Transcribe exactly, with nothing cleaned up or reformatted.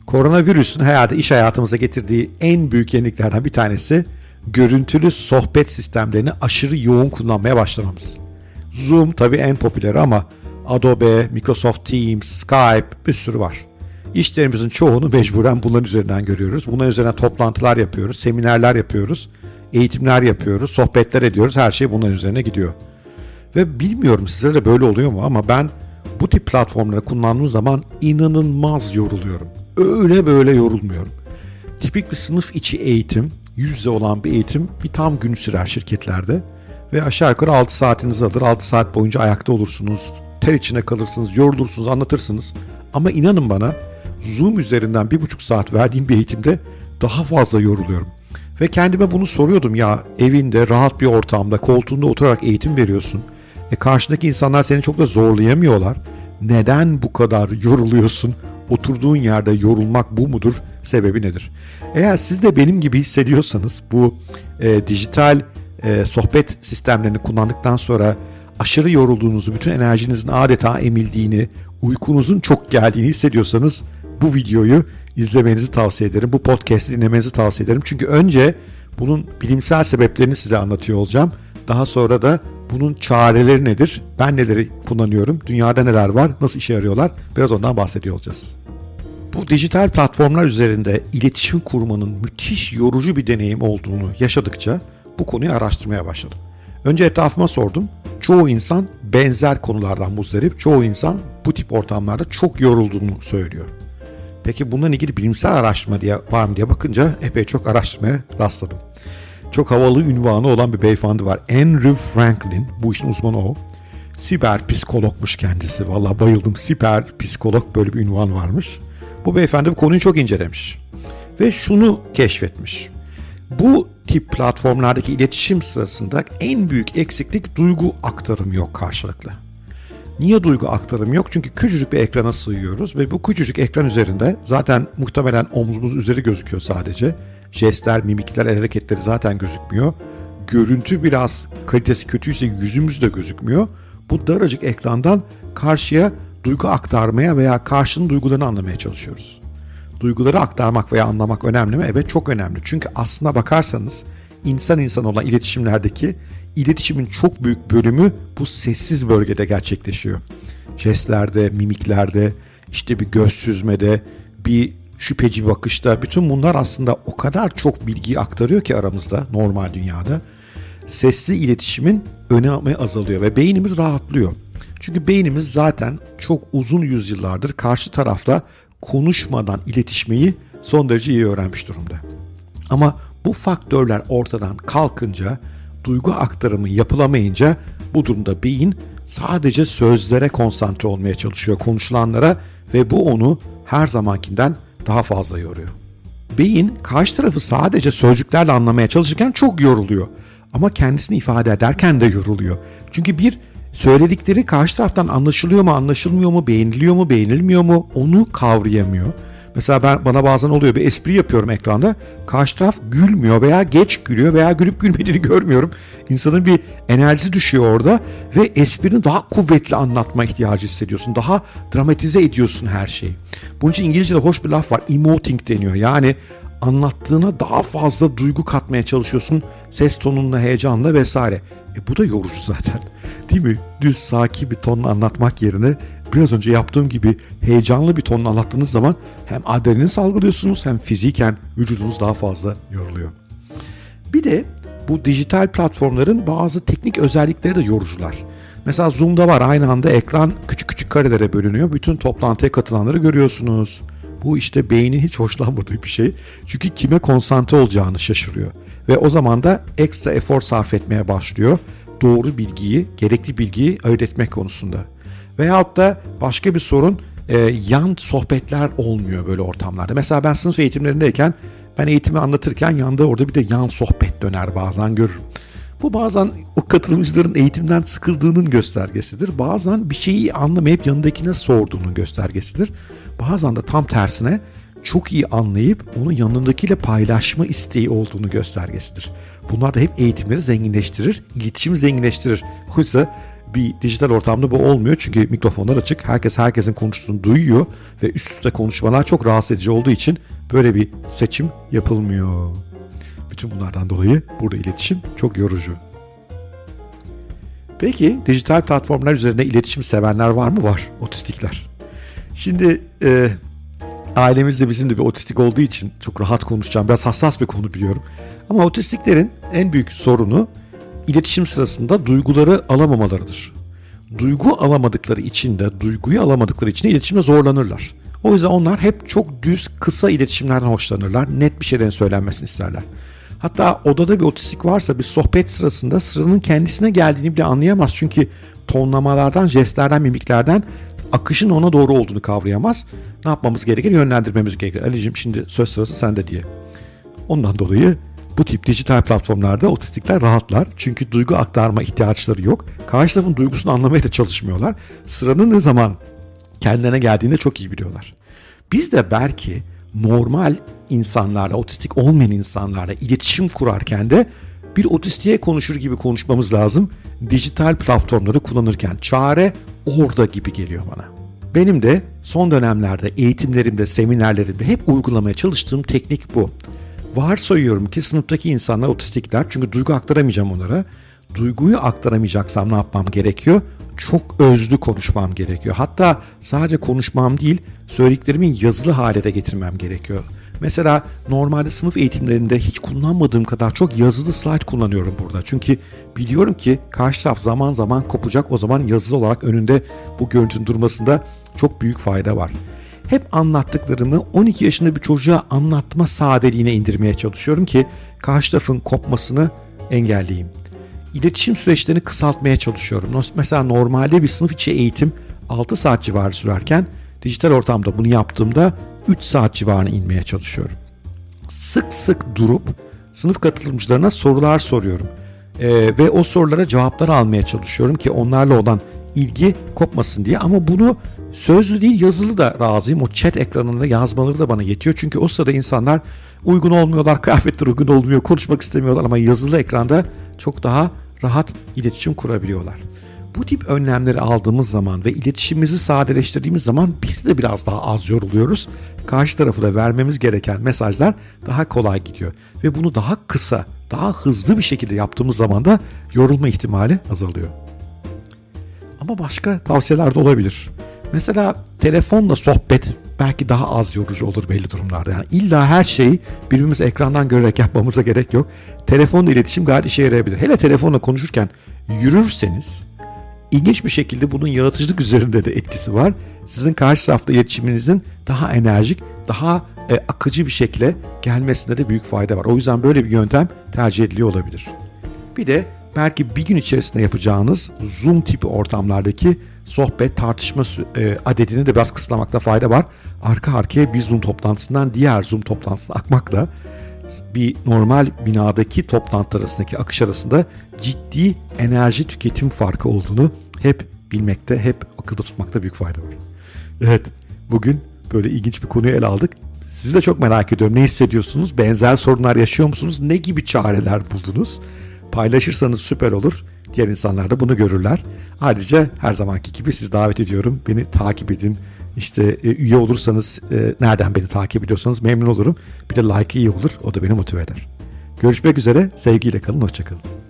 Koronavirüsün herhalde iş hayatımıza getirdiği en büyük yeniliklerden bir tanesi görüntülü sohbet sistemlerini aşırı yoğun kullanmaya başlamamız. Zoom tabii en popüleri ama Adobe, Microsoft Teams, Skype bir sürü var. İşlerimizin çoğunu mecburen bunların üzerinden görüyoruz. Bunların üzerinden toplantılar yapıyoruz, seminerler yapıyoruz, eğitimler yapıyoruz, sohbetler ediyoruz. Her şey bunların üzerine gidiyor. Ve bilmiyorum size de böyle oluyor mu ama ben bu tip platformları kullandığım zaman inanılmaz yoruluyorum. Öyle böyle yorulmuyorum. Tipik bir sınıf içi eğitim, yüz yüze olan bir eğitim bir tam gün sürer şirketlerde. Ve aşağı yukarı altı saatinizi alır. altı saat boyunca ayakta olursunuz, ter içine kalırsınız, yorulursunuz, anlatırsınız. Ama inanın bana Zoom üzerinden bir buçuk saat verdiğim bir eğitimde daha fazla yoruluyorum. Ve kendime bunu soruyordum ya, evinde rahat bir ortamda koltuğunda oturarak eğitim veriyorsun. E karşındaki insanlar seni çok da zorlayamıyorlar. Neden bu kadar yoruluyorsun? Oturduğun yerde yorulmak bu mudur? Sebebi nedir? Eğer siz de benim gibi hissediyorsanız bu e, dijital e, sohbet sistemlerini kullandıktan sonra aşırı yorulduğunuzu, bütün enerjinizin adeta emildiğini, uykunuzun çok geldiğini hissediyorsanız bu videoyu izlemenizi tavsiye ederim. Bu podcast'i dinlemenizi tavsiye ederim. Çünkü önce bunun bilimsel sebeplerini size anlatıyor olacağım. Daha sonra da bunun çareleri nedir? Ben neleri kullanıyorum? Dünyada neler var? Nasıl işe yarıyorlar? Biraz ondan bahsediyor olacağız. Bu dijital platformlar üzerinde iletişim kurmanın müthiş yorucu bir deneyim olduğunu yaşadıkça bu konuyu araştırmaya başladım. Önce etrafıma sordum. Çoğu insan benzer konulardan muzdarip. Çoğu insan bu tip ortamlarda çok yorulduğunu söylüyor. Peki bununla ilgili bilimsel araştırma diye, var mı diye bakınca epey çok araştırmaya rastladım. Çok havalı ünvanı olan bir beyefendi var. Andrew Franklin, bu işin uzmanı o. Siber psikologmuş kendisi. Vallahi bayıldım. Siber psikolog, böyle bir ünvan varmış. Bu beyefendi bu konuyu çok incelemiş. Ve şunu keşfetmiş. Bu tip platformlardaki iletişim sırasında en büyük eksiklik duygu aktarımı yok karşılıklı. Niye duygu aktarımı yok? Çünkü küçücük bir ekrana sığıyoruz ve bu küçücük ekran üzerinde zaten muhtemelen omzumuz üzeri gözüküyor sadece. Jestler, mimikler, el hareketleri zaten gözükmüyor. Görüntü biraz kalitesi kötüyse yüzümüz de gözükmüyor. Bu daracık ekrandan karşıya duygu aktarmaya veya karşının duygularını anlamaya çalışıyoruz. Duyguları aktarmak veya anlamak önemli mi? Evet, çok önemli. Çünkü aslına bakarsanız insan insan olan iletişimlerdeki iletişimin çok büyük bölümü bu sessiz bölgede gerçekleşiyor. Jestlerde, mimiklerde, işte bir göz süzmede, bir şüpheci bakışta, bütün bunlar aslında o kadar çok bilgiyi aktarıyor ki aramızda, normal dünyada. Sesli iletişimin önemi azalıyor ve beynimiz rahatlıyor. Çünkü beynimiz zaten çok uzun yüzyıllardır karşı tarafla konuşmadan iletişmeyi son derece iyi öğrenmiş durumda. Ama bu faktörler ortadan kalkınca, duygu aktarımı yapılamayınca bu durumda beyin sadece sözlere konsantre olmaya çalışıyor, konuşulanlara, ve bu onu her zamankinden daha fazla yoruyor. Beyin karşı tarafı sadece sözcüklerle anlamaya çalışırken çok yoruluyor. Ama kendisini ifade ederken de yoruluyor. Çünkü bir, söyledikleri karşı taraftan anlaşılıyor mu, anlaşılmıyor mu, beğeniliyor mu, beğenilmiyor mu, onu kavrayamıyor. Mesela ben, bana bazen oluyor, bir espri yapıyorum ekranda, karşı taraf gülmüyor veya geç gülüyor veya gülüp gülmediğini görmüyorum. İnsanın bir enerjisi düşüyor orada ve esprini daha kuvvetli anlatma ihtiyacı hissediyorsun. Daha dramatize ediyorsun her şeyi. Bunun için İngilizce'de hoş bir laf var, emoting deniyor. Yani anlattığına daha fazla duygu katmaya çalışıyorsun, ses tonunla, heyecanla vesaire. E bu da yorucu zaten, değil mi? Düz, sakin bir tonla anlatmak yerine biraz önce yaptığım gibi heyecanlı bir tonla anlattığınız zaman hem adrenalin salgılıyorsunuz hem fiziken vücudunuz daha fazla yoruluyor. Bir de bu dijital platformların bazı teknik özellikleri de yorucular. Mesela Zoom'da var, aynı anda ekran küçük küçük karelere bölünüyor. Bütün toplantıya katılanları görüyorsunuz. Bu işte beynin hiç hoşlanmadığı bir şey. Çünkü kime konsantre olacağını şaşırıyor. Ve o zaman da ekstra efor sarf etmeye başlıyor. Doğru bilgiyi, gerekli bilgiyi ayırt etmek konusunda. Veyahut da başka bir sorun, e, yan sohbetler olmuyor böyle ortamlarda. Mesela ben sınıf eğitimlerindeyken, ben eğitimi anlatırken yanda orada bir de yan sohbet döner, bazen görürüm. Bu bazen o katılımcıların eğitimden sıkıldığının göstergesidir. Bazen bir şeyi anlamayıp yanındakine sorduğunun göstergesidir. Bazen de tam tersine çok iyi anlayıp onu yanındakiyle paylaşma isteği olduğunu göstergesidir. Bunlar da hep eğitimleri zenginleştirir, iletişimi zenginleştirir. Oysa Bir dijital ortamda bu olmuyor çünkü mikrofonlar açık. Herkes herkesin konuştuğunu duyuyor ve üst üste konuşmalar çok rahatsız edici olduğu için böyle bir seçim yapılmıyor. Bütün bunlardan dolayı burada iletişim çok yorucu. Peki dijital platformlar üzerinde iletişim sevenler var mı? Var. Otistikler. Şimdi e, ailemizde bizim de bir otistik olduğu için çok rahat konuşacağım. Biraz hassas bir konu biliyorum. Ama otistiklerin en büyük sorunu iletişim sırasında duyguları alamamalarıdır. Duygu alamadıkları için de, duyguyu alamadıkları için de iletişimde zorlanırlar. O yüzden onlar hep çok düz, kısa iletişimlerden hoşlanırlar. Net bir şeylerin söylenmesini isterler. Hatta odada bir otistik varsa bir sohbet sırasında sıranın kendisine geldiğini bile anlayamaz. Çünkü tonlamalardan, jestlerden, mimiklerden akışın ona doğru olduğunu kavrayamaz. Ne yapmamız gerekir? Yönlendirmemiz gerekir. Ali'cim şimdi söz sırası sende diye. Ondan dolayı bu tip dijital platformlarda otistikler rahatlar. Çünkü duygu aktarma ihtiyaçları yok. Karşı tarafın duygusunu anlamaya da çalışmıyorlar. Sıranın ne zaman kendilerine geldiğini de çok iyi biliyorlar. Biz de belki normal insanlarla, otistik olmayan insanlarla iletişim kurarken de bir otistiğe konuşur gibi konuşmamız lazım. Dijital platformları kullanırken çare orada gibi geliyor bana. Benim de son dönemlerde eğitimlerimde, seminerlerimde hep uygulamaya çalıştığım teknik bu. Varsayıyorum ki sınıftaki insanlar otistikler çünkü duygu aktaramayacağım onlara. Duyguyu aktaramayacaksam ne yapmam gerekiyor? Çok özlü konuşmam gerekiyor. Hatta sadece konuşmam değil, söylediklerimi yazılı hale de getirmem gerekiyor. Mesela normalde sınıf eğitimlerinde hiç kullanmadığım kadar çok yazılı slide kullanıyorum burada. Çünkü biliyorum ki karşı taraf zaman zaman kopacak. O zaman yazılı olarak önünde bu görüntünün durmasında çok büyük fayda var. Hep anlattıklarımı on iki yaşında bir çocuğa anlatma sadeliğine indirmeye çalışıyorum ki karşı tarafın kopmasını engelleyeyim. İletişim süreçlerini kısaltmaya çalışıyorum. Mesela normalde bir sınıf içi eğitim altı saat civarı sürerken dijital ortamda bunu yaptığımda üç saat civarına inmeye çalışıyorum. Sık sık durup sınıf katılımcılarına sorular soruyorum. Ee, ve o sorulara cevaplar almaya çalışıyorum ki onlarla olan ilgi kopmasın diye. Ama bunu sözlü değil yazılı da razıyım. O chat ekranında yazmaları da bana yetiyor. Çünkü o sırada insanlar uygun olmuyorlar, kıyafetleri uygun olmuyor, konuşmak istemiyorlar ama yazılı ekranda çok daha rahat iletişim kurabiliyorlar. Bu tip önlemleri aldığımız zaman ve iletişimimizi sadeleştirdiğimiz zaman biz de biraz daha az yoruluyoruz. Karşı tarafı da vermemiz gereken mesajlar daha kolay gidiyor. Ve bunu daha kısa, daha hızlı bir şekilde yaptığımız zaman da yorulma ihtimali azalıyor. Ama başka tavsiyeler de olabilir. Mesela telefonla sohbet belki daha az yorucu olur belli durumlarda. Yani illa her şeyi birbirimizi ekrandan görerek yapmamıza gerek yok. Telefonla iletişim gayet işe yarayabilir. Hele telefonla konuşurken yürürseniz ilginç bir şekilde bunun yaratıcılık üzerinde de etkisi var. Sizin karşı tarafta iletişiminizin daha enerjik, daha e, akıcı bir şekilde gelmesinde de büyük fayda var. O yüzden böyle bir yöntem tercih ediliyor olabilir. Bir de belki bir gün içerisinde yapacağınız Zoom tipi ortamlardaki sohbet, tartışma e, adedini de biraz kısıtlamakta fayda var. Arka arkaya bir Zoom toplantısından diğer Zoom toplantısına akmakla bir normal binadaki toplantı arasındaki akış arasında ciddi enerji tüketim farkı olduğunu hep bilmekte, hep akılda tutmakta büyük fayda var. Evet, bugün böyle ilginç bir konuyu ele aldık. Sizi de çok merak ediyorum. Ne hissediyorsunuz? Benzer sorunlar yaşıyor musunuz? Ne gibi çareler buldunuz? Paylaşırsanız süper olur. Diğer insanlar da bunu görürler. Ayrıca her zamanki gibi sizi davet ediyorum. Beni takip edin. İşte e, üye olursanız e, nereden beni takip ediyorsanız memnun olurum. Bir de like iyi olur. O da beni motive eder. Görüşmek üzere. Sevgiyle kalın. Hoşça kalın.